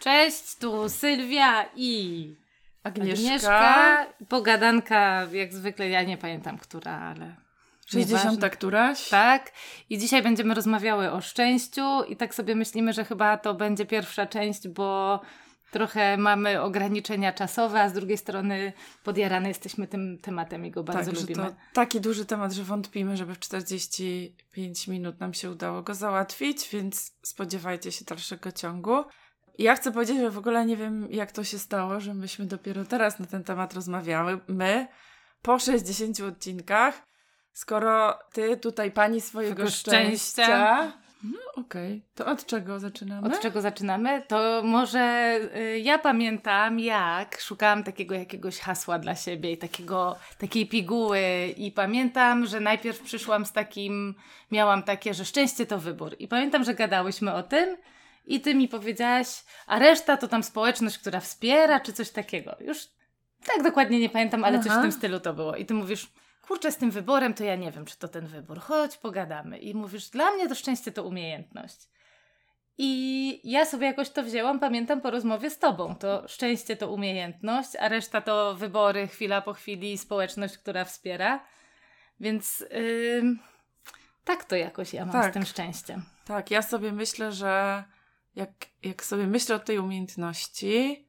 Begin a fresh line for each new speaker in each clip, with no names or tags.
Cześć, tu Sylwia i
Agnieszka.
Pogadanka, jak zwykle, ja nie pamiętam, która, ale
60 któraś?
Tak. I dzisiaj będziemy rozmawiały o szczęściu i tak sobie myślimy, że chyba to będzie pierwsza część, bo trochę mamy ograniczenia czasowe, a z drugiej strony podjarane jesteśmy tym tematem i go bardzo lubimy.
To taki duży temat, że wątpimy, żeby w 45 minut nam się udało go załatwić, więc spodziewajcie się dalszego ciągu. Ja chcę powiedzieć, że w ogóle nie wiem, jak to się stało, że myśmy dopiero teraz na ten temat rozmawiały. My po 60 odcinkach, skoro ty tutaj pani swojego szczęścia. No okej. To od czego zaczynamy?
Od czego zaczynamy? To może ja pamiętam, jak szukałam takiego jakiegoś hasła dla siebie i takiej piguły i pamiętam, że najpierw przyszłam z takim, miałam takie, że szczęście to wybór. I pamiętam, że gadałyśmy o tym i ty mi powiedziałaś, a reszta to tam społeczność, która wspiera, czy coś takiego. Już tak dokładnie nie pamiętam, ale coś w tym stylu to było. I ty mówisz, kurczę, z tym wyborem to ja nie wiem, czy to ten wybór. Chodź, pogadamy. I mówisz, dla mnie to szczęście to umiejętność. I ja sobie jakoś to wzięłam, pamiętam po rozmowie z tobą. To szczęście to umiejętność, a reszta to wybory, chwila po chwili, społeczność, która wspiera. Więc tak to jakoś ja mam z tym szczęściem.
Tak, ja sobie myślę, że jak sobie myślę o tej umiejętności,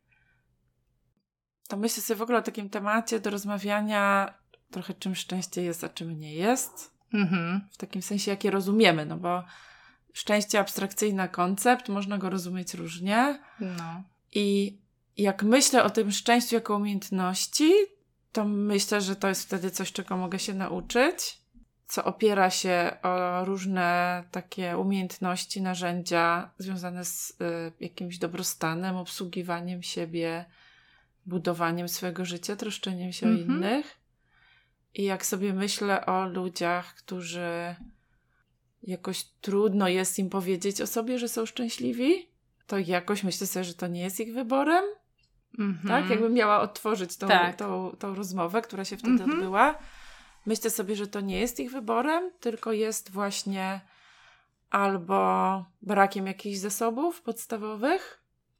to myślę sobie w ogóle o takim temacie do rozmawiania trochę czym szczęście jest, a czym nie jest. W takim sensie, jakie rozumiemy, no bo szczęście abstrakcyjny koncept, można go rozumieć różnie.
No.
I jak myślę o tym szczęściu jako umiejętności, to myślę, że to jest wtedy coś, czego mogę się nauczyć, co opiera się o różne takie umiejętności, narzędzia związane z jakimś dobrostanem, obsługiwaniem siebie, budowaniem swojego życia, troszczeniem się o innych. I jak sobie myślę o ludziach, którzy jakoś trudno jest im powiedzieć o sobie, że są szczęśliwi, to jakoś myślę sobie, że to nie jest ich wyborem. Tak? Jakbym miała otworzyć tą rozmowę, która się wtedy odbyła. Myślę sobie, że to nie jest ich wyborem, tylko jest właśnie albo brakiem jakichś zasobów podstawowych,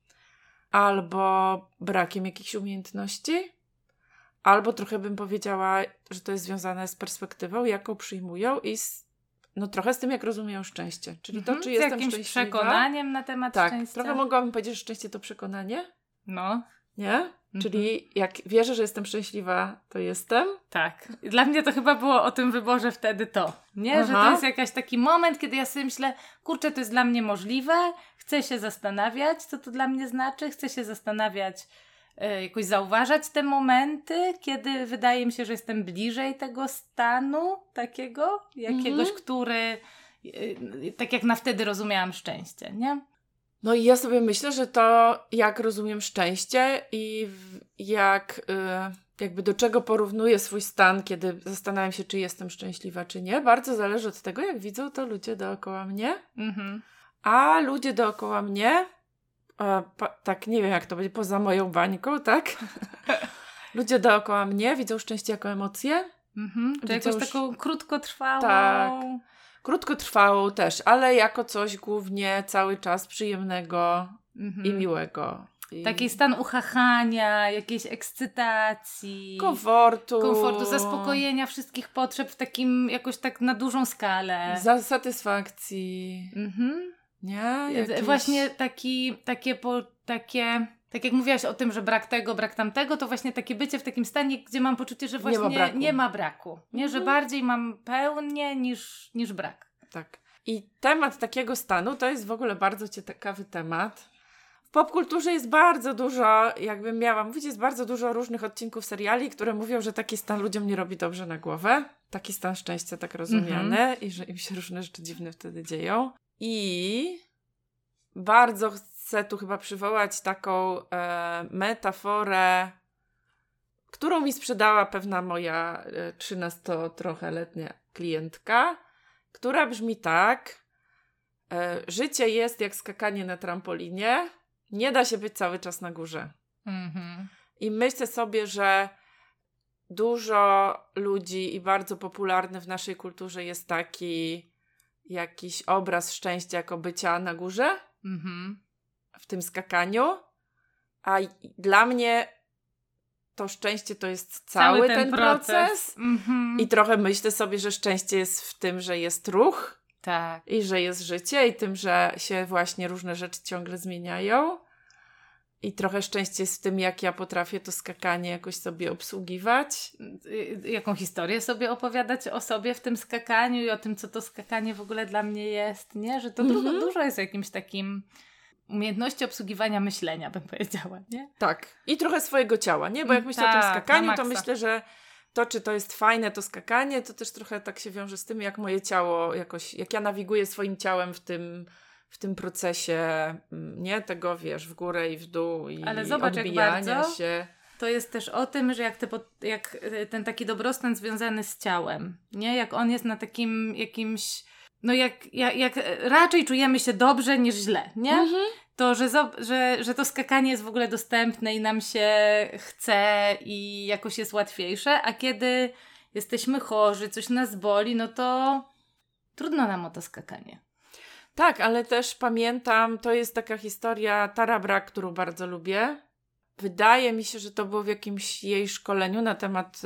albo brakiem jakichś umiejętności, albo trochę bym powiedziała, że to jest związane z perspektywą, jaką przyjmują i trochę z tym, jak rozumieją szczęście. Czyli to, czy jestem
jakimś
szczęśliwa.
przekonaniem na temat szczęścia.
Tak, trochę mogłabym powiedzieć, że szczęście to przekonanie.
No.
Nie? Czyli jak wierzę, że jestem szczęśliwa, to jestem.
Tak. Dla mnie to chyba było o tym wyborze wtedy to. Nie? Że to jest jakiś taki moment, kiedy ja sobie myślę, kurczę, to jest dla mnie możliwe, chcę się zastanawiać, co to dla mnie znaczy, chcę się zastanawiać, jakoś zauważać te momenty, kiedy wydaje mi się, że jestem bliżej tego stanu takiego, jakiegoś, który tak jak na wtedy rozumiałam szczęście, nie?
No i ja sobie myślę, że to jak rozumiem szczęście i jakby do czego porównuję swój stan, kiedy zastanawiam się, czy jestem szczęśliwa, czy nie, bardzo zależy od tego, jak widzą to ludzie dookoła mnie. A ludzie dookoła mnie, tak nie wiem jak to będzie, poza moją bańką, tak? Ludzie dookoła mnie widzą szczęście jako emocję.
To jakąś taką krótkotrwałą.
Tak. Krótkotrwałą też, ale jako coś głównie cały czas przyjemnego i miłego.
Taki stan uchachania, jakiejś ekscytacji.
Komfortu,
zaspokojenia wszystkich potrzeb w takim, jakoś tak na dużą skalę.
Satysfakcji. Nie?
Właśnie takie, tak jak mówiłaś o tym, że brak tego, brak tamtego, to właśnie takie bycie w takim stanie, gdzie mam poczucie, że właśnie nie ma braku. Nie, że bardziej mam pełnię niż brak.
Tak. I temat takiego stanu to jest w ogóle bardzo ciekawy temat. W popkulturze jest bardzo dużo, jakbym miała mówić, jest bardzo dużo różnych odcinków seriali, które mówią, że taki stan ludziom nie robi dobrze na głowę. Taki stan szczęścia tak rozumiany i że im się różne rzeczy dziwne wtedy dzieją. I bardzo chcę tu chyba przywołać taką metaforę, którą mi sprzedała pewna moja 13-trochę-letnia klientka, która brzmi tak: życie jest jak skakanie na trampolinie, nie da się być cały czas na górze. I myślę sobie, że dużo ludzi i bardzo popularny w naszej kulturze jest taki jakiś obraz szczęścia jako bycia na górze, w tym skakaniu. A dla mnie to szczęście to jest cały ten proces. I trochę myślę sobie, że szczęście jest w tym, że jest ruch.
Tak.
I że jest życie i tym, że się właśnie różne rzeczy ciągle zmieniają. I trochę szczęście jest w tym, jak ja potrafię to skakanie jakoś sobie obsługiwać.
Jaką historię sobie opowiadać o sobie w tym skakaniu i o tym, co to skakanie w ogóle dla mnie jest, nie? Że to dużo jest jakimś takim umiejętności obsługiwania myślenia, bym powiedziała, nie?
Tak. I trochę swojego ciała, nie? Bo jak myślę o tym skakaniu, to myślę, że to, czy to jest fajne, to skakanie, to też trochę tak się wiąże z tym, jak moje ciało jakoś, jak ja nawiguję swoim ciałem w tym procesie, nie? Tego, wiesz, w górę i w dół i
ale zobacz,
odbijania
jak bardzo
się.
To jest też o tym, że jak ten taki dobrostan związany z ciałem, nie? Jak on jest na takim jakimś, no jak raczej czujemy się dobrze niż źle, nie? To, że to skakanie jest w ogóle dostępne i nam się chce i jakoś jest łatwiejsze, a kiedy jesteśmy chorzy, coś nas boli, no to trudno nam o to skakanie.
Tak, ale też pamiętam, to jest taka historia Tara Brach, którą bardzo lubię. Wydaje mi się, że to było w jakimś jej szkoleniu na temat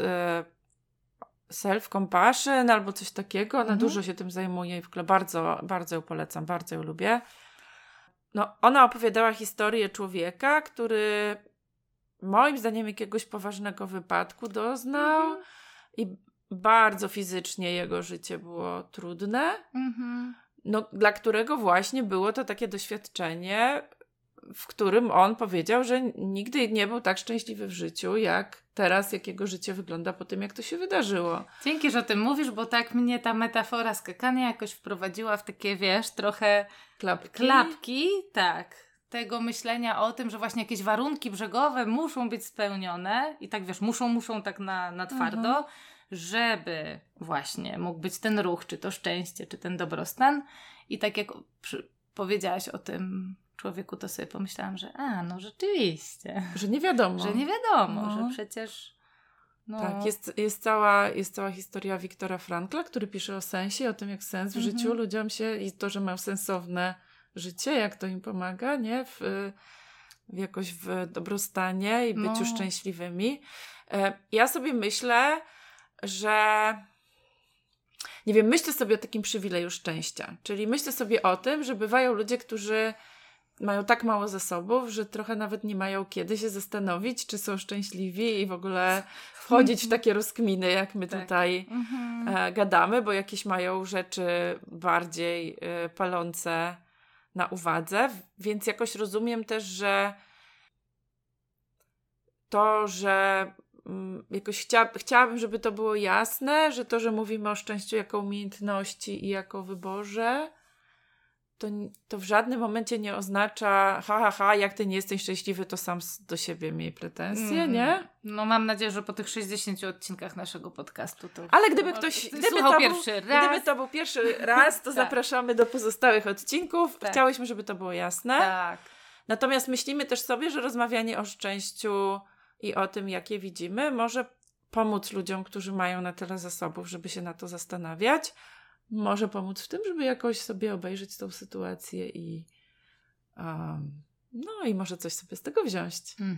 self-compassion albo coś takiego. Ona dużo się tym zajmuje i w ogóle bardzo, bardzo ją polecam, bardzo ją lubię. No, ona opowiadała historię człowieka, który moim zdaniem jakiegoś poważnego wypadku doznał i bardzo fizycznie jego życie było trudne. No, dla którego właśnie było to takie doświadczenie, w którym on powiedział, że nigdy nie był tak szczęśliwy w życiu, jak teraz, jak jego życie wygląda po tym, jak to się wydarzyło.
Dzięki, że o tym mówisz, bo tak mnie ta metafora skakania jakoś wprowadziła w takie, wiesz, trochę klapki, tak, tego myślenia o tym, że właśnie jakieś warunki brzegowe muszą być spełnione i tak, wiesz, muszą tak na twardo, żeby właśnie mógł być ten ruch, czy to szczęście, czy ten dobrostan. I tak jak powiedziałaś o tym człowieku, to sobie pomyślałam, że no rzeczywiście.
Że nie wiadomo.
Że przecież... No.
Tak, jest cała historia Wiktora Frankla, który pisze o sensie, o tym, jak sens w życiu ludziom się i to, że mają sensowne życie, jak to im pomaga, nie? Jakoś w dobrostanie i byciu szczęśliwymi. Ja sobie myślę, że nie wiem, myślę sobie o takim przywileju szczęścia. Czyli myślę sobie o tym, że bywają ludzie, którzy mają tak mało zasobów, że trochę nawet nie mają kiedy się zastanowić, czy są szczęśliwi i w ogóle wchodzić w takie rozkminy, jak my tutaj gadamy, bo jakieś mają rzeczy bardziej palące na uwadze. Więc jakoś rozumiem też, że to, że jakoś chciałabym, żeby to było jasne, że to, że mówimy o szczęściu jako umiejętności i jako wyborze, to w żadnym momencie nie oznacza jak ty nie jesteś szczęśliwy, to sam do siebie miej pretensje, nie?
No mam nadzieję, że po tych 60 odcinkach naszego podcastu to...
Ale gdyby to był pierwszy raz, to
tak.
Zapraszamy do pozostałych odcinków.
Tak.
Chciałyśmy, żeby to było jasne.
Tak.
Natomiast myślimy też sobie, że rozmawianie o szczęściu i o tym, jakie widzimy, może pomóc ludziom, którzy mają na tyle zasobów, żeby się na to zastanawiać. Może pomóc w tym, żeby jakoś sobie obejrzeć tą sytuację i i może coś sobie z tego wziąć.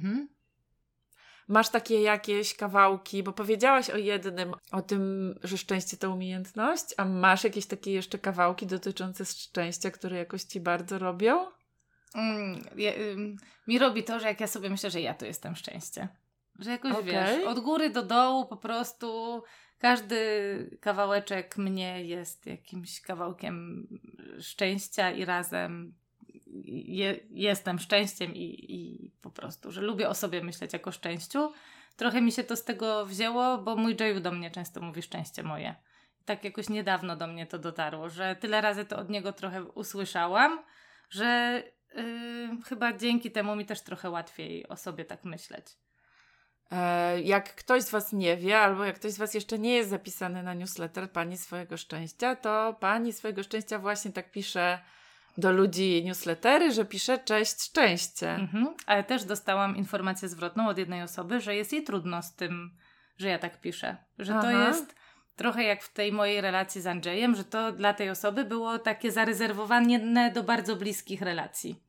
Masz takie jakieś kawałki, bo powiedziałaś o jednym, o tym, że szczęście to umiejętność, a masz jakieś takie jeszcze kawałki dotyczące szczęścia, które jakoś ci bardzo robią?
Mi robi to, że jak ja sobie myślę, że ja to jestem szczęście. Że jakoś, wiesz, od góry do dołu po prostu każdy kawałeczek mnie jest jakimś kawałkiem szczęścia i razem jestem szczęściem i po prostu, że lubię o sobie myśleć jako szczęściu. Trochę mi się to z tego wzięło, bo mój Jayu do mnie często mówi szczęście moje. Tak jakoś niedawno do mnie to dotarło, że tyle razy to od niego trochę usłyszałam, że chyba dzięki temu mi też trochę łatwiej o sobie tak myśleć.
Jak ktoś z Was nie wie, albo jak ktoś z Was jeszcze nie jest zapisany na newsletter Pani Swojego Szczęścia, to Pani Swojego Szczęścia właśnie tak pisze do ludzi newslettery, że pisze cześć, szczęście.
Ale też dostałam informację zwrotną od jednej osoby, że jest jej trudno z tym, że ja tak piszę. Że to jest trochę jak w tej mojej relacji z Andrzejem, że to dla tej osoby było takie zarezerwowane do bardzo bliskich relacji.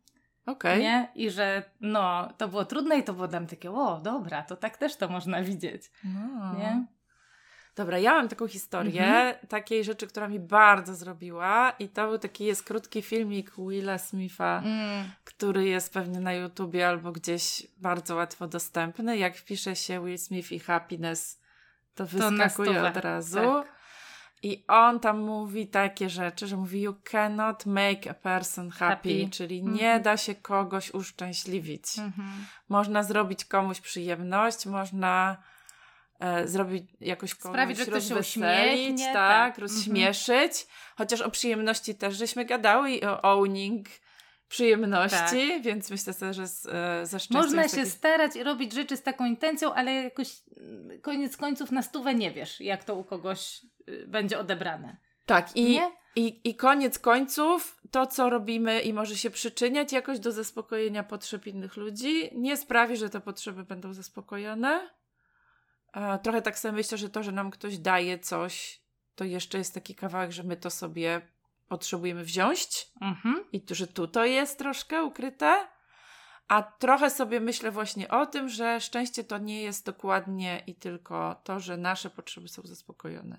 Okej.
Nie? I że to było trudne i to było dla mnie takie, dobra, to tak też to można widzieć.
No.
Nie?
Dobra, ja mam taką historię takiej rzeczy, która mi bardzo zrobiła i to był jest krótki filmik Willa Smitha, który jest pewnie na YouTubie albo gdzieś bardzo łatwo dostępny. Jak wpisze się Will Smith i happiness, to wyskakuje od razu. Tak. I on tam mówi takie rzeczy, że mówi you cannot make a person happy. Czyli nie da się kogoś uszczęśliwić. Można zrobić komuś przyjemność, można zrobić jakoś komuś
sprawić, że ktoś się
rozweselić, tak, rozśmieszyć. Chociaż o przyjemności też żeśmy gadały i o owning przyjemności, więc myślę sobie, że ze szczęściem
można się starać i robić rzeczy z taką intencją, ale jakoś koniec końców na stówę nie wiesz, jak to u kogoś będzie odebrane.
Tak, i koniec końców to, co robimy i może się przyczyniać jakoś do zaspokojenia potrzeb innych ludzi, nie sprawi, że te potrzeby będą zaspokojone. Trochę tak sobie myślę, że to, że nam ktoś daje coś, to jeszcze jest taki kawałek, że my to sobie potrzebujemy wziąć i że tu to jest troszkę ukryte. A trochę sobie myślę właśnie o tym, że szczęście to nie jest dokładnie i tylko to, że nasze potrzeby są zaspokojone.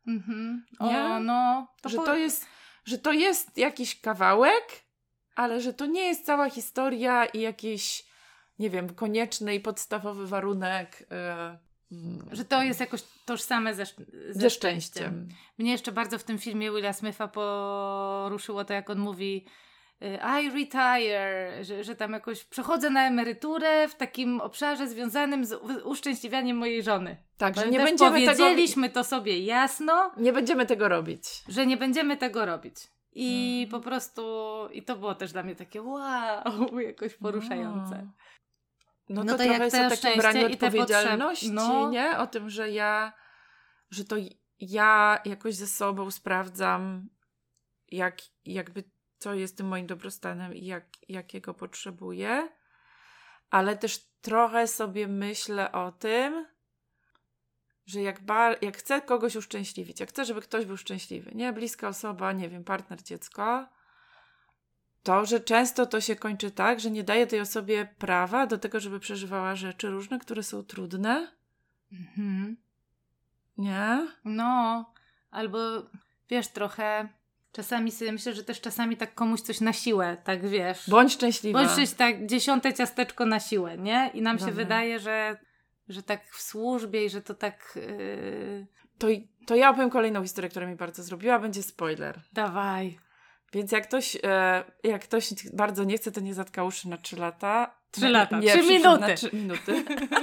Że to jest jakiś kawałek, ale że to nie jest cała historia i jakiś, nie wiem, konieczny i podstawowy warunek.
Że to jest jakoś tożsame ze szczęściem. Mnie jeszcze bardzo w tym filmie Willa Smitha poruszyło to, jak on mówi I retire, że tam jakoś przechodzę na emeryturę w takim obszarze związanym z uszczęśliwianiem mojej żony.
Tak,
bo
że nie będziemy
powiedzieliśmy to sobie jasno.
Nie będziemy tego robić.
Że nie będziemy tego robić. I po prostu, i to było też dla mnie takie wow, jakoś poruszające.
No to trochę jest o takim braniu odpowiedzialności, nie? O tym, że ja jakoś ze sobą sprawdzam, jakby co jest tym moim dobrostanem i jakiego potrzebuję. Ale też trochę sobie myślę o tym, że jak chcę kogoś uszczęśliwić, jak chcę, żeby ktoś był szczęśliwy, nie? Bliska osoba, nie wiem, partner, dziecko, to, że często to się kończy tak, że nie daje tej osobie prawa do tego, żeby przeżywała rzeczy różne, które są trudne. Nie?
No, albo wiesz, trochę czasami sobie myślę, że też czasami tak komuś coś na siłę, tak wiesz.
Bądź szczęśliwa.
Bądź tak 10 ciasteczko na siłę, nie? I nam się wydaje, że tak w służbie i że to tak...
To ja opowiem kolejną historię, która mi bardzo zrobiła. Będzie spoiler.
Dawaj.
Więc jak ktoś bardzo nie chce, to nie zatka uszy na 3 lata.
3 lata,
nie,
3 minuty.
Na 3 minuty.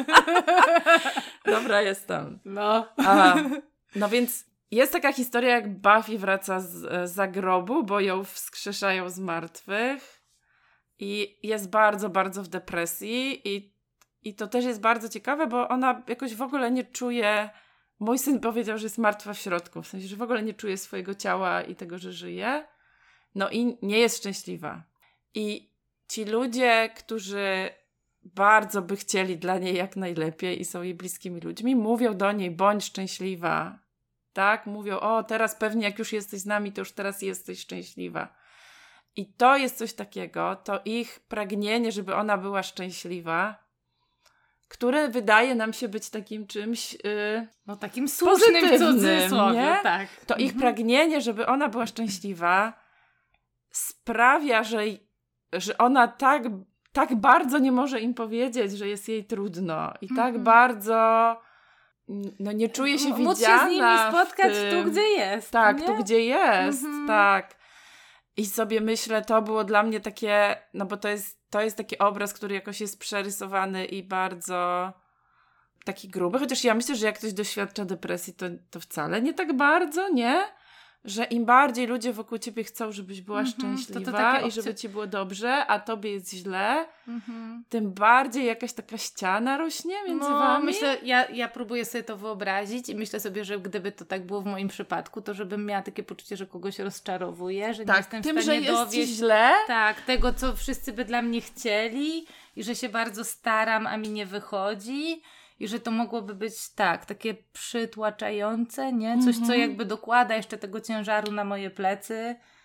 Dobra, jestem.
No.
No więc jest taka historia, jak Buffy wraca z zagrobu, bo ją wskrzeszają z martwych i jest bardzo, bardzo w depresji i to też jest bardzo ciekawe, bo ona jakoś w ogóle nie czuje... Mój syn powiedział, że jest martwa w środku, w sensie, że w ogóle nie czuje swojego ciała i tego, że żyje. No i nie jest szczęśliwa. I ci ludzie, którzy bardzo by chcieli dla niej jak najlepiej i są jej bliskimi ludźmi, mówią do niej, bądź szczęśliwa. Tak? Mówią, teraz pewnie jak już jesteś z nami, to już teraz jesteś szczęśliwa. I to jest coś takiego, to ich pragnienie, żeby ona była szczęśliwa, które wydaje nam się być takim czymś
takim słusznym w cudzysłowie,
nie?
Tak.
To ich pragnienie, żeby ona była szczęśliwa, sprawia, że ona tak bardzo nie może im powiedzieć, że jest jej trudno i tak bardzo nie czuje się widziana.
Móc się z nimi spotkać tu, gdzie jest.
Tak,
nie?
tu, gdzie jest, tak. I sobie myślę, to było dla mnie takie, no bo to jest taki obraz, który jakoś jest przerysowany i bardzo taki gruby, chociaż ja myślę, że jak ktoś doświadcza depresji, to wcale nie tak bardzo, nie? Że im bardziej ludzie wokół ciebie chcą, żebyś była szczęśliwa i żeby ci było dobrze, a tobie jest źle, tym bardziej jakaś taka ściana rośnie między wami.
Myślę, ja próbuję sobie to wyobrazić i myślę sobie, że gdyby to tak było w moim przypadku, to żebym miała takie poczucie, że kogoś rozczarowuję, że nie jestem w stanie dowieść
źle.
Tak, tego, co wszyscy by dla mnie chcieli i że się bardzo staram, a mi nie wychodzi. I że to mogłoby być takie przytłaczające, nie? Coś, co jakby dokłada jeszcze tego ciężaru na moje plecy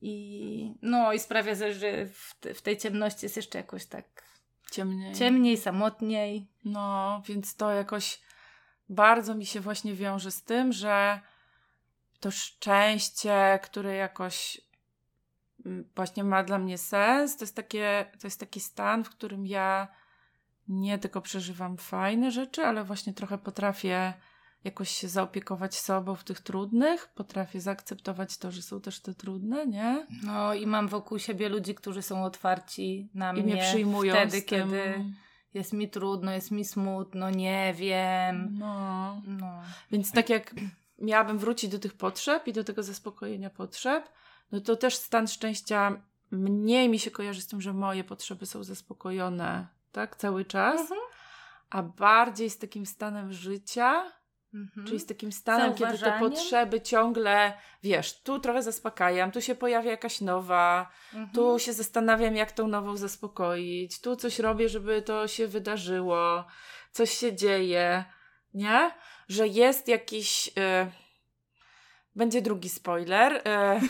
I sprawia, że w tej ciemności jest jeszcze jakoś tak
ciemniej,
samotniej.
No, więc to jakoś bardzo mi się właśnie wiąże z tym, że to szczęście, które jakoś właśnie ma dla mnie sens, to jest taki stan, w którym ja nie tylko przeżywam fajne rzeczy, ale właśnie trochę potrafię jakoś się zaopiekować sobą w tych trudnych, potrafię zaakceptować to, że są też te trudne, nie?
No i mam wokół siebie ludzi, którzy są otwarci na
mnie przyjmują
wtedy, kiedy jest mi trudno, jest mi smutno, nie wiem.
No. Więc tak jak miałabym wrócić do tych potrzeb i do tego zaspokojenia potrzeb, no to też stan szczęścia mniej mi się kojarzy z tym, że moje potrzeby są zaspokojone, tak, cały czas, a bardziej z takim stanem życia, czyli z takim stanem, kiedy te potrzeby ciągle, wiesz, tu trochę zaspokajam, tu się pojawia jakaś nowa, tu się zastanawiam, jak tą nową zaspokoić, tu coś robię, żeby to się wydarzyło, coś się dzieje, nie? Że jest jakiś... Będzie drugi spoiler.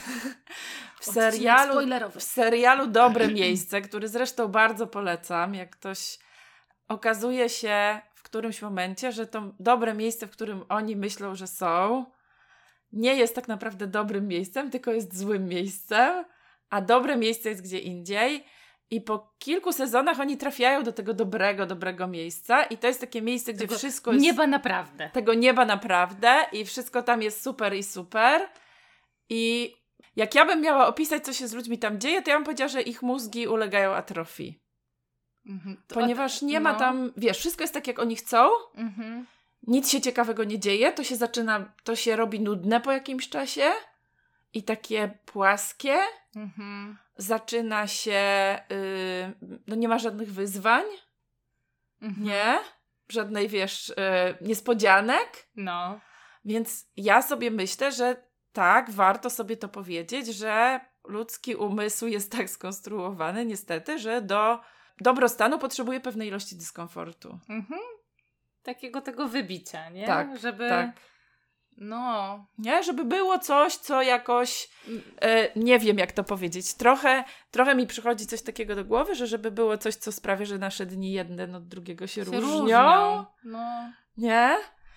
W serialu Dobre Miejsce, który zresztą bardzo polecam, jak ktoś okazuje się w którymś momencie, że to dobre miejsce, w którym oni myślą, że są, nie jest tak naprawdę dobrym miejscem, tylko jest złym miejscem, a dobre miejsce jest gdzie indziej. I po kilku sezonach oni trafiają do tego dobrego miejsca i to jest takie miejsce, gdzie wszystko jest...
Nieba naprawdę.
Tego nieba naprawdę i wszystko tam jest super i super. I jak ja bym miała opisać, co się z ludźmi tam dzieje, to ja bym powiedziała, że ich mózgi ulegają atrofii. Ponieważ nie ma tam... Wiesz, wszystko jest tak, jak oni chcą. Nic się ciekawego nie dzieje. To się robi nudne po jakimś czasie. I takie płaskie. Zaczyna się... nie ma żadnych wyzwań. Nie? Żadnej, wiesz, niespodzianek.
No.
Więc ja sobie myślę, że tak, warto sobie to powiedzieć, że ludzki umysł jest tak skonstruowany, niestety, że do dobrostanu potrzebuje pewnej ilości dyskomfortu.
Takiego tego wybicia, nie?
Tak,
żeby...
tak.
No.
Nie? Żeby było coś, co jakoś... nie wiem, jak to powiedzieć. Trochę mi przychodzi coś takiego do głowy, że żeby było coś, co sprawia, że nasze dni jeden od drugiego się różnią.
No.
Nie?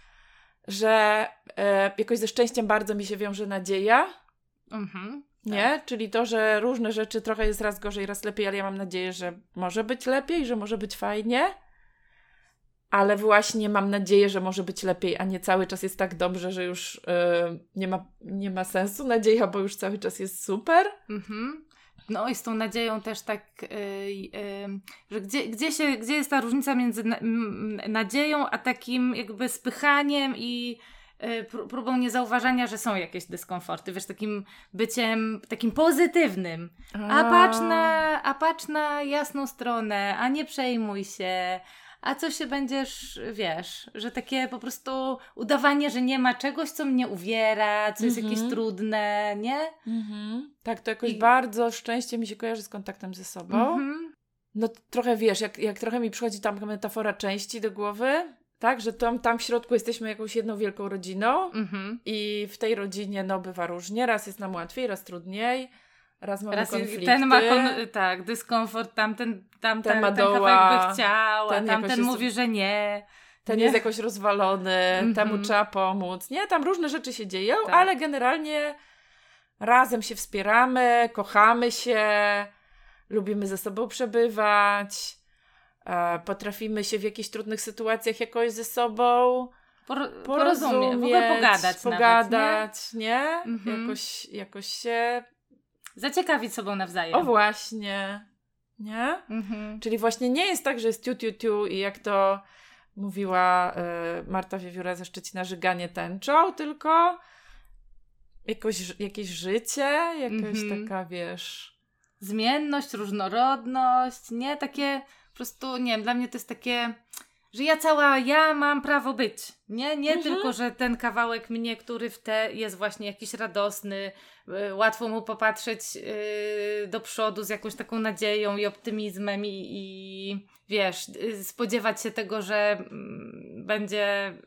Że jakoś ze szczęściem bardzo mi się wiąże nadzieja. Nie? Tak. Czyli to, że różne rzeczy trochę jest raz gorzej, raz lepiej, ale ja mam nadzieję, że może być lepiej, że może być fajnie. Ale właśnie mam nadzieję, że może być lepiej, a nie cały czas jest tak dobrze, że już nie ma sensu nadzieja, bo już cały czas jest super.
No i z tą nadzieją też tak, że gdzie jest ta różnica między nadzieją, a takim jakby spychaniem i próbą niezauważania, że są jakieś dyskomforty, wiesz, takim byciem, takim pozytywnym. A patrz na jasną stronę, a nie przejmuj się. A co się będziesz, wiesz, że takie po prostu udawanie, że nie ma czegoś, co mnie uwiera, co jest jakieś trudne, nie?
Tak, to jakoś bardzo szczęście mi się kojarzy z kontaktem ze sobą. No trochę, wiesz, jak trochę mi przychodzi tam metafora części do głowy, tak, że tam w środku jesteśmy jakąś jedną wielką rodziną i w tej rodzinie bywa różnie, raz jest nam łatwiej, raz trudniej. Raz mamy konflikty.
Ten ma dyskomfort, tamten
ma doła,
kawałek by chciał, a tamten mówi, że nie.
Ten jest jakoś rozwalony, temu trzeba pomóc. Nie, tam różne rzeczy się dzieją, ale generalnie razem się wspieramy, kochamy się, lubimy ze sobą przebywać, potrafimy się w jakichś trudnych sytuacjach jakoś ze sobą porozumieć, w ogóle pogadać, nie? Jakoś się...
Zaciekawić sobą nawzajem.
O właśnie, nie? Czyli właśnie nie jest tak, że jest tiu i jak to mówiła Marta Wiewióra ze Szczecina, żyganie tęczą, tylko jakieś życie, jakaś taka, wiesz...
Zmienność, różnorodność, nie? Takie po prostu, nie wiem, dla mnie to jest takie... Że ja mam prawo być, nie tylko, że ten kawałek mnie, który jest właśnie jakiś radosny, łatwo mu popatrzeć do przodu z jakąś taką nadzieją i optymizmem i wiesz, spodziewać się tego, że będzie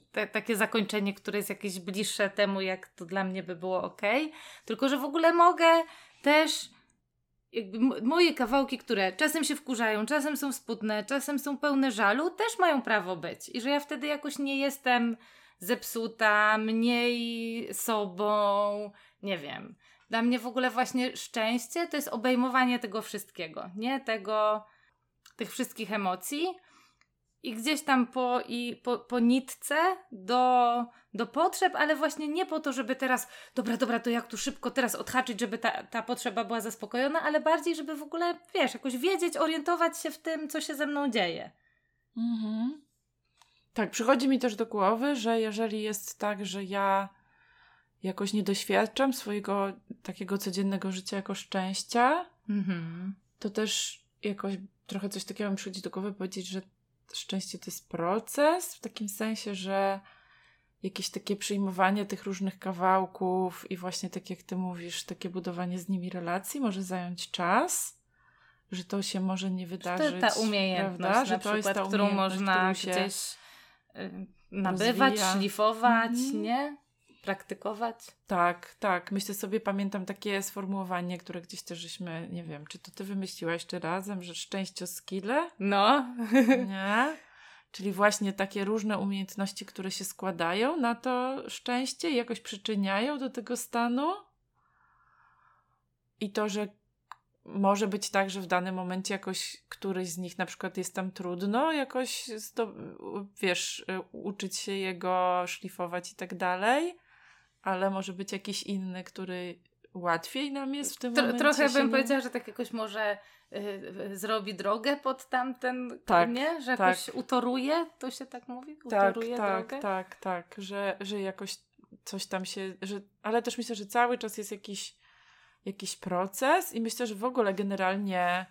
takie zakończenie, które jest jakieś bliższe temu, jak to dla mnie by było okej. Tylko że w ogóle mogę też jakby moje kawałki, które czasem się wkurzają, czasem są smutne, czasem są pełne żalu, też mają prawo być. I że ja wtedy jakoś nie jestem zepsuta, mniej sobą, nie wiem. Dla mnie w ogóle właśnie szczęście to jest obejmowanie tego wszystkiego, nie? Tych wszystkich emocji i gdzieś tam po nitce do potrzeb, ale właśnie nie po to, żeby teraz dobra, to jak tu szybko teraz odhaczyć, żeby ta potrzeba była zaspokojona, ale bardziej, żeby w ogóle, wiesz, jakoś wiedzieć, orientować się w tym, co się ze mną dzieje.
Mhm. Tak, przychodzi mi też do głowy, że jeżeli jest tak, że ja jakoś nie doświadczam swojego takiego codziennego życia jako szczęścia, to też jakoś trochę coś takiego mi przychodzi do głowy powiedzieć, że szczęście to jest proces, w takim sensie, że jakieś takie przyjmowanie tych różnych kawałków i właśnie tak jak ty mówisz, takie budowanie z nimi relacji może zająć czas, że to się może nie wydarzyć.
To ta umiejętność,
prawda? Że
na
to jest
przykład,
ta
którą można gdzieś nabywać,
rozwija.
szlifować, nie? Praktykować.
Tak. Myślę sobie, pamiętam takie sformułowanie, które gdzieś też żeśmy, nie wiem, czy to ty wymyśliłaś czy razem, że szczęścioskille?
No.
Nie? Czyli właśnie takie różne umiejętności, które się składają na to szczęście i jakoś przyczyniają do tego stanu. I to, że może być tak, że w danym momencie jakoś któryś z nich na przykład jest tam trudno jakoś, uczyć się jego, szlifować i tak dalej, ale może być jakiś inny, który łatwiej nam jest w tym momencie.
Trochę bym powiedziała, że tak jakoś może zrobi drogę pod tamten, nie? Że jakoś utoruje, to się tak mówi? Utoruje drogę?
Tak, że jakoś coś tam się, ale też myślę, że cały czas jest jakiś proces i myślę, że w ogóle generalnie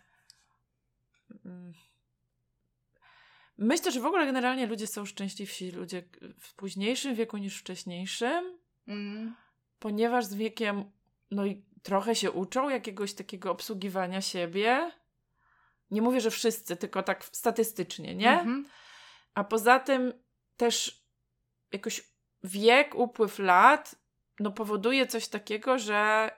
ludzie są szczęśliwsi, ludzie w późniejszym wieku niż wcześniejszym, ponieważ z wiekiem i trochę się uczą jakiegoś takiego obsługiwania siebie. Nie mówię, że wszyscy, tylko tak statystycznie, nie? A poza tym też jakoś wiek, upływ lat powoduje coś takiego, że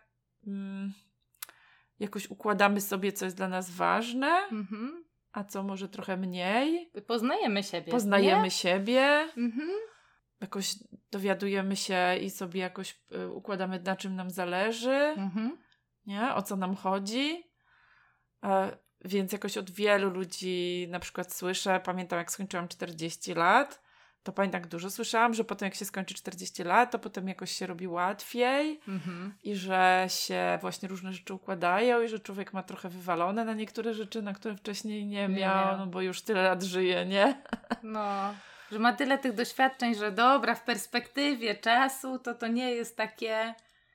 jakoś układamy sobie, co jest dla nas ważne, a co może trochę mniej.
Poznajemy
siebie. Jakoś dowiadujemy się i sobie jakoś układamy, na czym nam zależy, nie? O co nam chodzi. Więc jakoś od wielu ludzi na przykład słyszę, pamiętam jak skończyłam 40 lat, to pamiętam, jak dużo słyszałam, że potem jak się skończy 40 lat, to potem jakoś się robi łatwiej i że się właśnie różne rzeczy układają i że człowiek ma trochę wywalone na niektóre rzeczy, na które wcześniej nie miał, bo już tyle lat żyje, nie?
No, że ma tyle tych doświadczeń, że dobra, w perspektywie czasu to nie jest takie...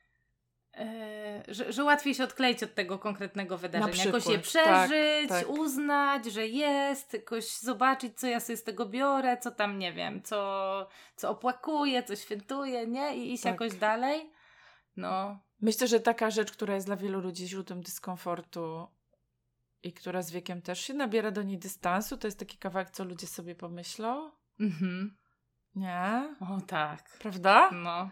że łatwiej się odkleić od tego konkretnego wydarzenia. Jakoś je przeżyć, uznać, że jest, jakoś zobaczyć, co ja sobie z tego biorę, co tam, nie wiem, co opłakuję, co świętuję, nie? I iść jakoś dalej. No.
Myślę, że taka rzecz, która jest dla wielu ludzi źródłem dyskomfortu i która z wiekiem też się nabiera do niej dystansu, to jest taki kawałek, co ludzie sobie pomyślą. Nie?
O tak.
Prawda?
No.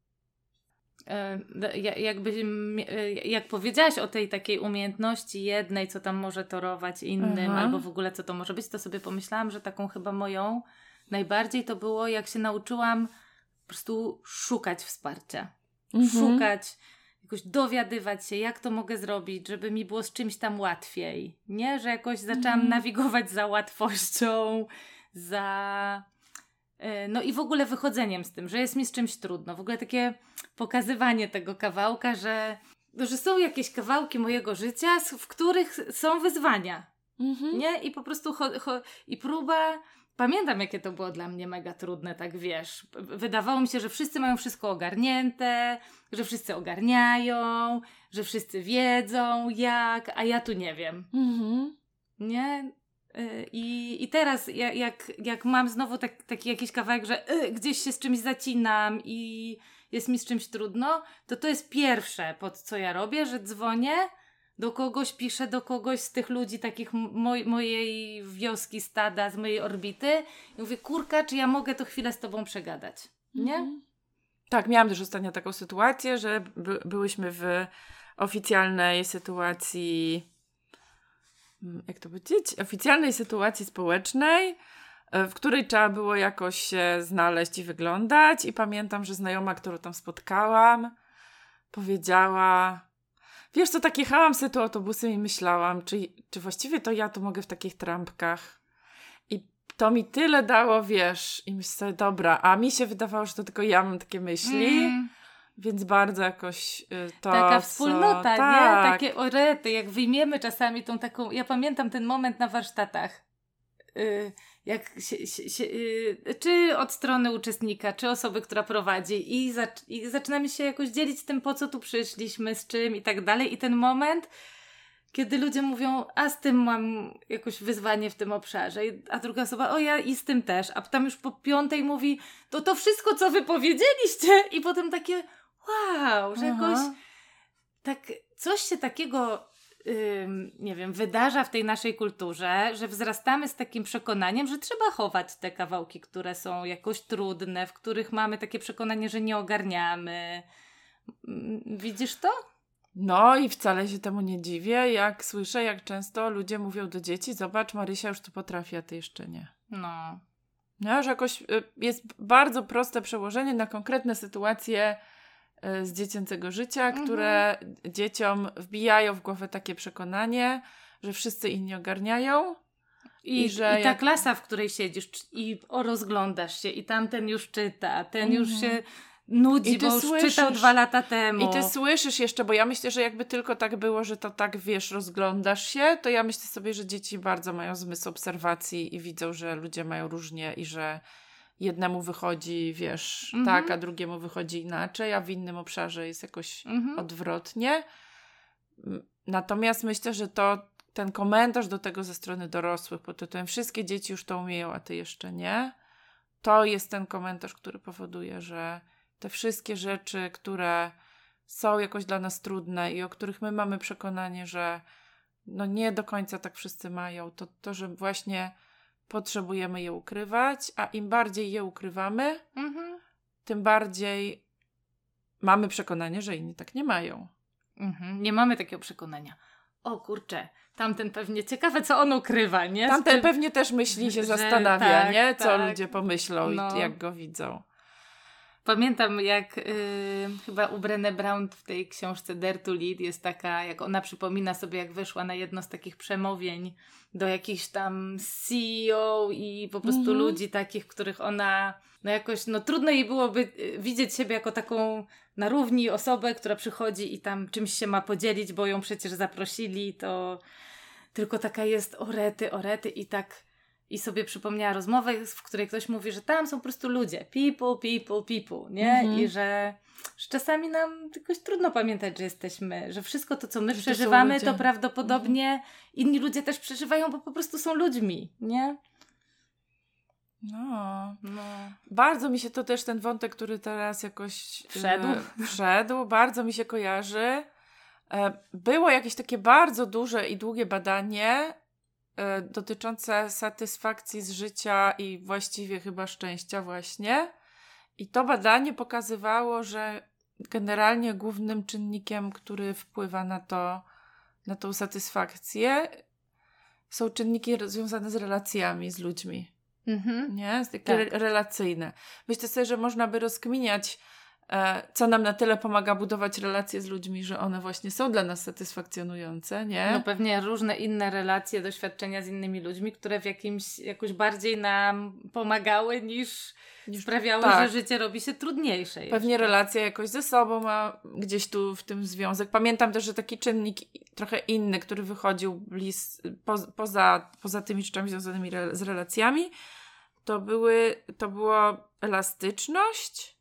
Jak powiedziałaś o tej takiej umiejętności jednej, co tam może torować innym, albo w ogóle co to może być, to sobie pomyślałam, że taką chyba moją najbardziej to było, jak się nauczyłam po prostu szukać wsparcia. Szukać, jakoś dowiadywać się, jak to mogę zrobić, żeby mi było z czymś tam łatwiej. Nie? Że jakoś zaczęłam nawigować za łatwością, no i w ogóle wychodzeniem z tym, że jest mi z czymś trudno. W ogóle takie pokazywanie tego kawałka, że są jakieś kawałki mojego życia, w których są wyzwania. Nie? I po prostu i próba... Pamiętam, jakie to było dla mnie mega trudne, tak wiesz. Wydawało mi się, że wszyscy mają wszystko ogarnięte, że wszyscy ogarniają, że wszyscy wiedzą jak, a ja tu nie wiem. Nie? I teraz jak mam znowu taki jakiś kawałek, że gdzieś się z czymś zacinam i jest mi z czymś trudno, to jest pierwsze, pod co ja robię, że dzwonię do kogoś, piszę do kogoś z tych ludzi, takich mojej wioski, stada, z mojej orbity i mówię, kurka, czy ja mogę to chwilę z tobą przegadać, nie?
Tak, miałam też ostatnio taką sytuację, że byłyśmy w oficjalnej sytuacji, jak to powiedzieć? Oficjalnej sytuacji społecznej, w której trzeba było jakoś się znaleźć i wyglądać. I pamiętam, że znajoma, którą tam spotkałam, powiedziała, wiesz co, tak jechałam sobie tu autobusem i myślałam, czy właściwie to ja tu mogę w takich trampkach. I to mi tyle dało, wiesz, i myślę sobie, dobra, a mi się wydawało, że to tylko ja mam takie myśli, więc bardzo jakoś to...
Taka wspólnota, nie?
Tak.
Takie orety, jak wyjmiemy czasami tą taką... Ja pamiętam ten moment na warsztatach, jak czy od strony uczestnika, czy osoby, która prowadzi i zaczynamy się jakoś dzielić tym, po co tu przyszliśmy, z czym i tak dalej. I ten moment, kiedy ludzie mówią, a z tym mam jakoś wyzwanie w tym obszarze, a druga osoba, o ja i z tym też, a tam już po 5 mówi, to wszystko, co wy powiedzieliście i potem takie, wow, że jakoś tak coś się takiego nie wiem, wydarza w tej naszej kulturze, że wzrastamy z takim przekonaniem, że trzeba chować te kawałki, które są jakoś trudne, w których mamy takie przekonanie, że nie ogarniamy. Widzisz to?
No i wcale się temu nie dziwię, jak słyszę, jak często ludzie mówią do dzieci, zobacz, Marysia już to potrafi, a ty jeszcze nie.
No.
No, że jakoś jest bardzo proste przełożenie na konkretne sytuacje z dziecięcego życia, które dzieciom wbijają w głowę takie przekonanie, że wszyscy inni ogarniają. I
ta klasa, w której siedzisz i rozglądasz się i tamten już czyta, ten już się nudzi, bo już czytał 2 lata temu.
I ty słyszysz jeszcze, bo ja myślę, że jakby tylko tak było, że to tak, wiesz, rozglądasz się, to ja myślę sobie, że dzieci bardzo mają zmysł obserwacji i widzą, że ludzie mają różnie i że jednemu wychodzi, wiesz, tak, a drugiemu wychodzi inaczej, a w innym obszarze jest jakoś odwrotnie. Natomiast myślę, że ten komentarz do tego ze strony dorosłych pod tytułem wszystkie dzieci już to umieją, a ty jeszcze nie, to jest ten komentarz, który powoduje, że te wszystkie rzeczy, które są jakoś dla nas trudne i o których my mamy przekonanie, że no nie do końca tak wszyscy mają, to że właśnie potrzebujemy je ukrywać, a im bardziej je ukrywamy, tym bardziej mamy przekonanie, że inni tak nie mają.
Nie mamy takiego przekonania. O kurczę, tamten pewnie ciekawe, co on ukrywa, nie?
Tamten pewnie też myśli, się zastanawia,
tak,
nie? Co
tak.
ludzie pomyślą i jak go widzą.
Pamiętam, jak chyba u Brené Brown w tej książce Dare to Lead jest taka, jak ona przypomina sobie, jak wyszła na jedno z takich przemówień do jakichś tam CEO i po prostu ludzi takich, których ona no jakoś, no trudno jej byłoby widzieć siebie jako taką na równi osobę, która przychodzi i tam czymś się ma podzielić, bo ją przecież zaprosili, to tylko taka jest orety i tak. I sobie przypomniała rozmowę, w której ktoś mówi, że tam są po prostu ludzie. People, nie? I że czasami nam jakoś trudno pamiętać, że jesteśmy, że wszystko to, co my przeżywamy, to prawdopodobnie inni ludzie też przeżywają, bo po prostu są ludźmi, nie?
No. Bardzo mi się to też ten wątek, który teraz jakoś wszedł, bardzo mi się kojarzy. Było jakieś takie bardzo duże i długie badanie dotyczące satysfakcji z życia i właściwie chyba szczęścia właśnie. I to badanie pokazywało, że generalnie głównym czynnikiem, który wpływa na tą satysfakcję, są czynniki związane z relacjami z ludźmi. Nie? Takie relacyjne. Myślę sobie, że można by rozkminiać, co nam na tyle pomaga budować relacje z ludźmi, że one właśnie są dla nas satysfakcjonujące, nie?
No pewnie różne inne relacje, doświadczenia z innymi ludźmi, które jakoś bardziej nam pomagały niż sprawiały, że życie robi się trudniejsze.
Pewnie
jeszcze.
relacja jakoś ze sobą ma gdzieś tu w tym związek. Pamiętam też, że taki czynnik trochę inny, który wychodził poza tymi rzeczami związanymi z relacjami, to była elastyczność.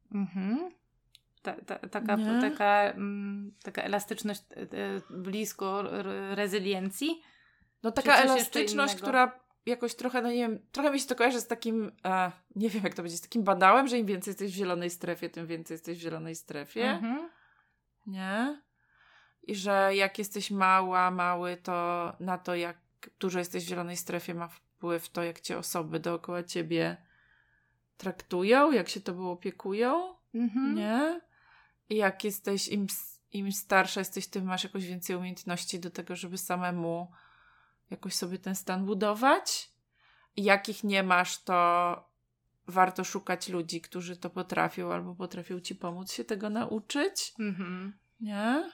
Taka elastyczność blisko rezyliencji.
No taka elastyczność, która jakoś trochę, no nie wiem, trochę mi się to kojarzy z takim, nie wiem jak to będzie, z takim badałem, że im więcej jesteś w zielonej strefie, tym więcej jesteś w zielonej strefie. Nie? i że jak jesteś mały, to na to, jak dużo jesteś w zielonej strefie, ma wpływ to, jak cię osoby dookoła ciebie traktują, jak się tobą opiekują, nie? I jak jesteś, im starsza jesteś, tym masz jakoś więcej umiejętności do tego, żeby samemu jakoś sobie ten stan budować. I jak ich nie masz, to warto szukać ludzi, którzy to potrafią albo potrafią ci pomóc się tego nauczyć. Nie?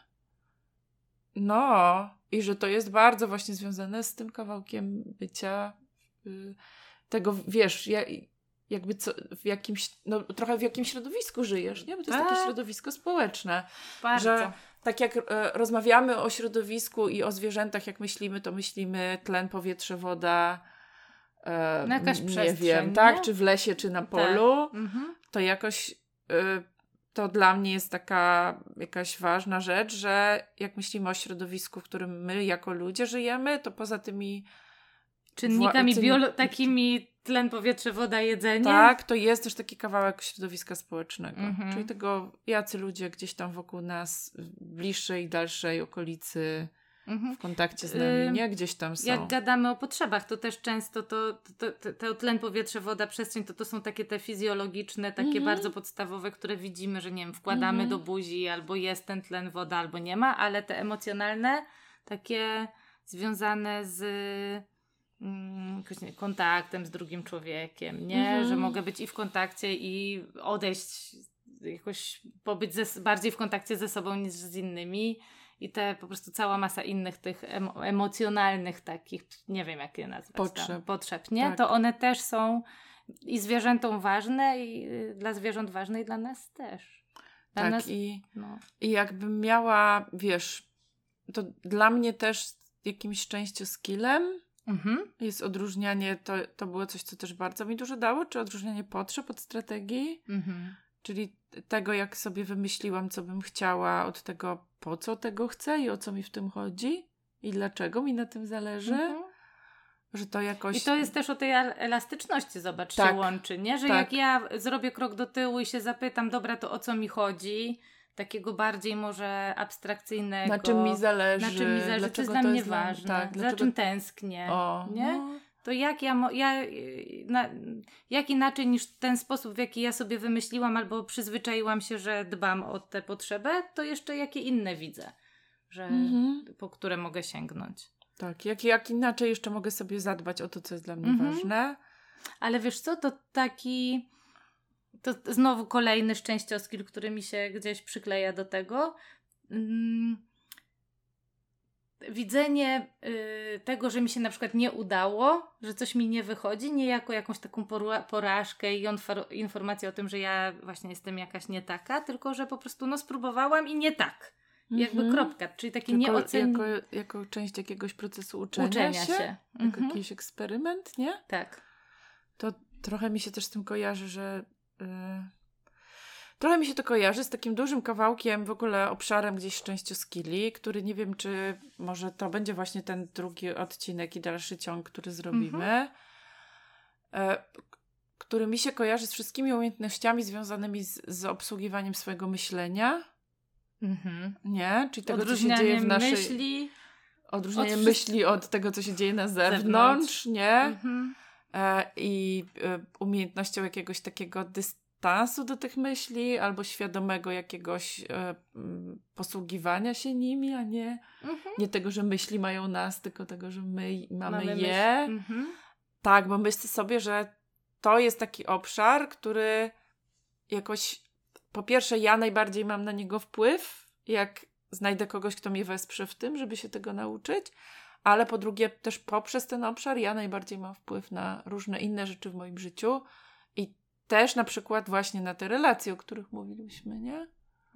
No. I że to jest bardzo właśnie związane z tym kawałkiem bycia tego, wiesz, jakby w jakimś, no trochę w jakimś środowisku żyjesz, nie? Bo to jest takie środowisko społeczne.
Bardzo.
Że tak jak rozmawiamy o środowisku i o zwierzętach, jak myślimy, to myślimy tlen, powietrze, woda,
no jakaś
nie wiem, tak? Czy w lesie, czy na polu.
Tak.
To jakoś to dla mnie jest taka jakaś ważna rzecz, że jak myślimy o środowisku, w którym my jako ludzie żyjemy, to poza tymi
czynnikami takimi tlen, powietrze, woda, jedzenie.
Tak, to jest też taki kawałek środowiska społecznego. Czyli tego, jacy ludzie gdzieś tam wokół nas, w bliższej, dalszej okolicy, w kontakcie z nami, nie? Gdzieś tam są.
Jak gadamy o potrzebach, to też często to tlen, powietrze, woda, przestrzeń, to są takie te fizjologiczne, takie bardzo podstawowe, które widzimy, że nie wiem, wkładamy do buzi, albo jest ten tlen, woda, albo nie ma, ale te emocjonalne, takie związane z kontaktem z drugim człowiekiem, nie? Że mogę być i w kontakcie i odejść, jakoś pobyć bardziej w kontakcie ze sobą niż z innymi i te po prostu cała masa innych tych emocjonalnych takich, nie wiem jak je nazwać, potrzeb, nie? Tak. To one też są i zwierzętom ważne i dla zwierząt ważne i dla nas też. Dla nas,
i jakbym miała, wiesz, to dla mnie też jakimś szczęścioskillem jest odróżnianie, to było coś, co też bardzo mi dużo dało, czy odróżnianie potrzeb od strategii, czyli tego, jak sobie wymyśliłam, co bym chciała, od tego, po co tego chcę i o co mi w tym chodzi i dlaczego mi na tym zależy, że to jakoś...
I to jest też o tej elastyczności, zobacz, się łączy, nie? Że jak ja zrobię krok do tyłu i się zapytam, dobra, to o co mi chodzi, takiego bardziej może abstrakcyjnego.
Na czym mi zależy.
Co jest dla mnie ważne. Za czym tęsknię. Nie? To jak inaczej niż ten sposób, w jaki ja sobie wymyśliłam albo przyzwyczaiłam się, że dbam o tę potrzebę, to jeszcze jakie inne widzę, że po które mogę sięgnąć.
Tak, jak inaczej jeszcze mogę sobie zadbać o to, co jest dla mnie ważne.
Ale wiesz co, to taki... To znowu kolejny szczęścioskill, który mi się gdzieś przykleja do tego. Widzenie tego, że mi się na przykład nie udało, że coś mi nie wychodzi, nie jako jakąś taką porażkę i informację o tym, że ja właśnie jestem jakaś nie taka, tylko że po prostu spróbowałam i nie tak. Jakby kropka, czyli takie nieocenienie.
Jako część jakiegoś procesu uczenia się. Jako jakiś eksperyment, nie?
Tak.
To trochę mi się też z tym kojarzy, że trochę mi się to kojarzy z takim dużym kawałkiem, w ogóle obszarem gdzieś szczęścioskilli, który nie wiem, czy może to będzie właśnie ten drugi odcinek i dalszy ciąg, który zrobimy, który mi się kojarzy z wszystkimi umiejętnościami związanymi z obsługiwaniem swojego myślenia. Nie? Czyli tego, co się dzieje w naszej... myśli. Odróżnianie myśli od tego, co się dzieje na zewnątrz. Nie? I umiejętnością jakiegoś takiego dystansu do tych myśli albo świadomego jakiegoś posługiwania się nimi, a nie tego, że myśli mają nas, tylko tego, że my mamy je. Tak, bo myślę sobie, że to jest taki obszar, który jakoś po pierwsze ja najbardziej mam na niego wpływ, jak znajdę kogoś, kto mnie wesprze w tym, żeby się tego nauczyć, ale po drugie też poprzez ten obszar ja najbardziej mam wpływ na różne inne rzeczy w moim życiu i też na przykład właśnie na te relacje, o których mówiliśmy, nie?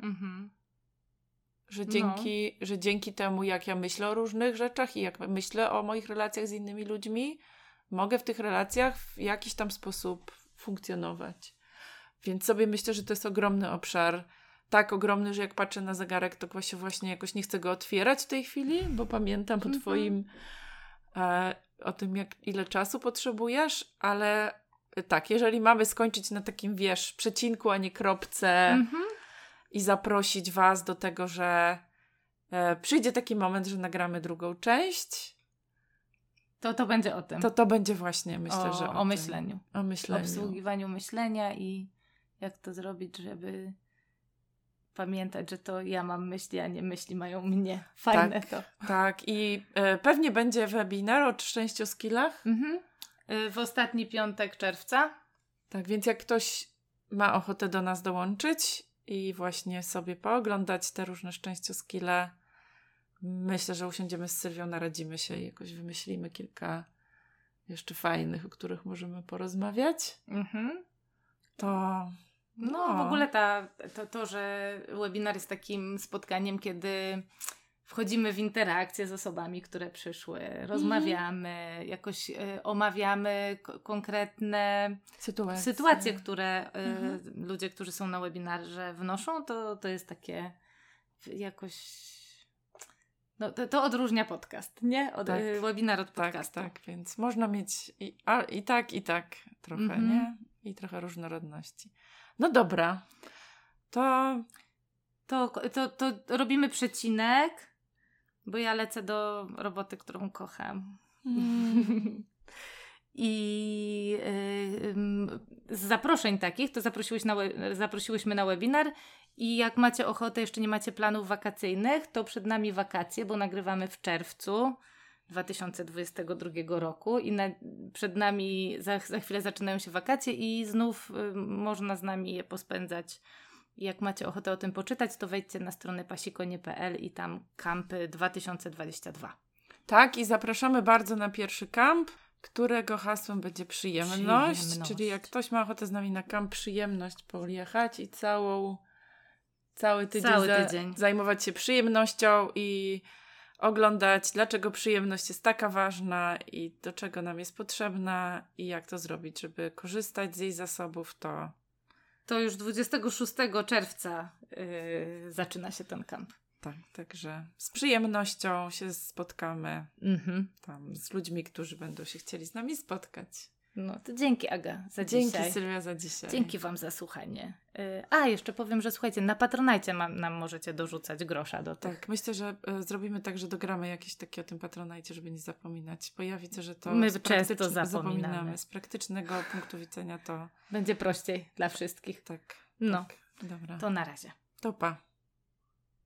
Że dzięki temu, jak ja myślę o różnych rzeczach i jak myślę o moich relacjach z innymi ludźmi, mogę w tych relacjach w jakiś tam sposób funkcjonować. Więc sobie myślę, że to jest ogromny obszar. Tak ogromny, że jak patrzę na zegarek, to właśnie jakoś nie chcę go otwierać w tej chwili, bo pamiętam o twoim o tym, ile czasu potrzebujesz, ale tak, jeżeli mamy skończyć na takim, wiesz, przecinku, a nie kropce i zaprosić was do tego, że Przyjdzie taki moment, że nagramy drugą część.
To będzie o tym.
To będzie właśnie, myślę, że
o myśleniu.
O myśleniu.
Obsługiwaniu myślenia i jak to zrobić, żeby pamiętać, że to ja mam myśli, a nie myśli mają mnie. Fajne to.
Tak. I pewnie będzie webinar o 6 skillach.
W ostatni piątek czerwca.
Tak, więc jak ktoś ma ochotę do nas dołączyć i właśnie sobie pooglądać te różne szczęścioskille, myślę, że usiądziemy z Sylwią, naradzimy się i jakoś wymyślimy kilka jeszcze fajnych, o których możemy porozmawiać.
No, w ogóle to, że webinar jest takim spotkaniem, kiedy wchodzimy w interakcję z osobami, które przyszły, rozmawiamy, jakoś omawiamy konkretne sytuacje, które ludzie, którzy są na webinarze wnoszą, to jest takie jakoś... No, to odróżnia podcast, nie? Webinar od podcastu.
Tak, więc można mieć i tak trochę, nie? I trochę różnorodności. No dobra, to
robimy przecinek, bo ja lecę do roboty, którą kocham. I z zaproszeń takich, to zaprosiłyśmy na webinar i jak macie ochotę, jeszcze nie macie planów wakacyjnych, to przed nami wakacje, bo nagrywamy w czerwcu 2022 roku i przed nami za chwilę zaczynają się wakacje i znów można z nami je pospędzać. Jak macie ochotę o tym poczytać, to wejdźcie na stronę pasikonie.pl i tam kampy 2022.
Tak, i zapraszamy bardzo na pierwszy kamp, którego hasłem będzie przyjemność. Czyli jak ktoś ma ochotę z nami na kamp przyjemność pojechać i cały tydzień zajmować się przyjemnością i oglądać, dlaczego przyjemność jest taka ważna i do czego nam jest potrzebna i jak to zrobić, żeby korzystać z jej zasobów,
to już 26 czerwca zaczyna się ten kamp.
Tak, także z przyjemnością się spotkamy tam z ludźmi, którzy będą się chcieli z nami spotkać.
No to dzięki, Aga, za dzisiaj.
Dzięki, Sylwia, za dzisiaj.
Dzięki Wam za słuchanie. Jeszcze powiem, że słuchajcie, na Patronite nam możecie dorzucać grosza do tych.
Tak, myślę, że zrobimy tak, że dogramy jakieś takie o tym Patronite, żeby nie zapominać, bo ja widzę, że to
my często zapominamy.
Z praktycznego punktu widzenia to...
Będzie prościej dla wszystkich.
Tak.
No,
tak. Dobra.
To na razie.
To pa.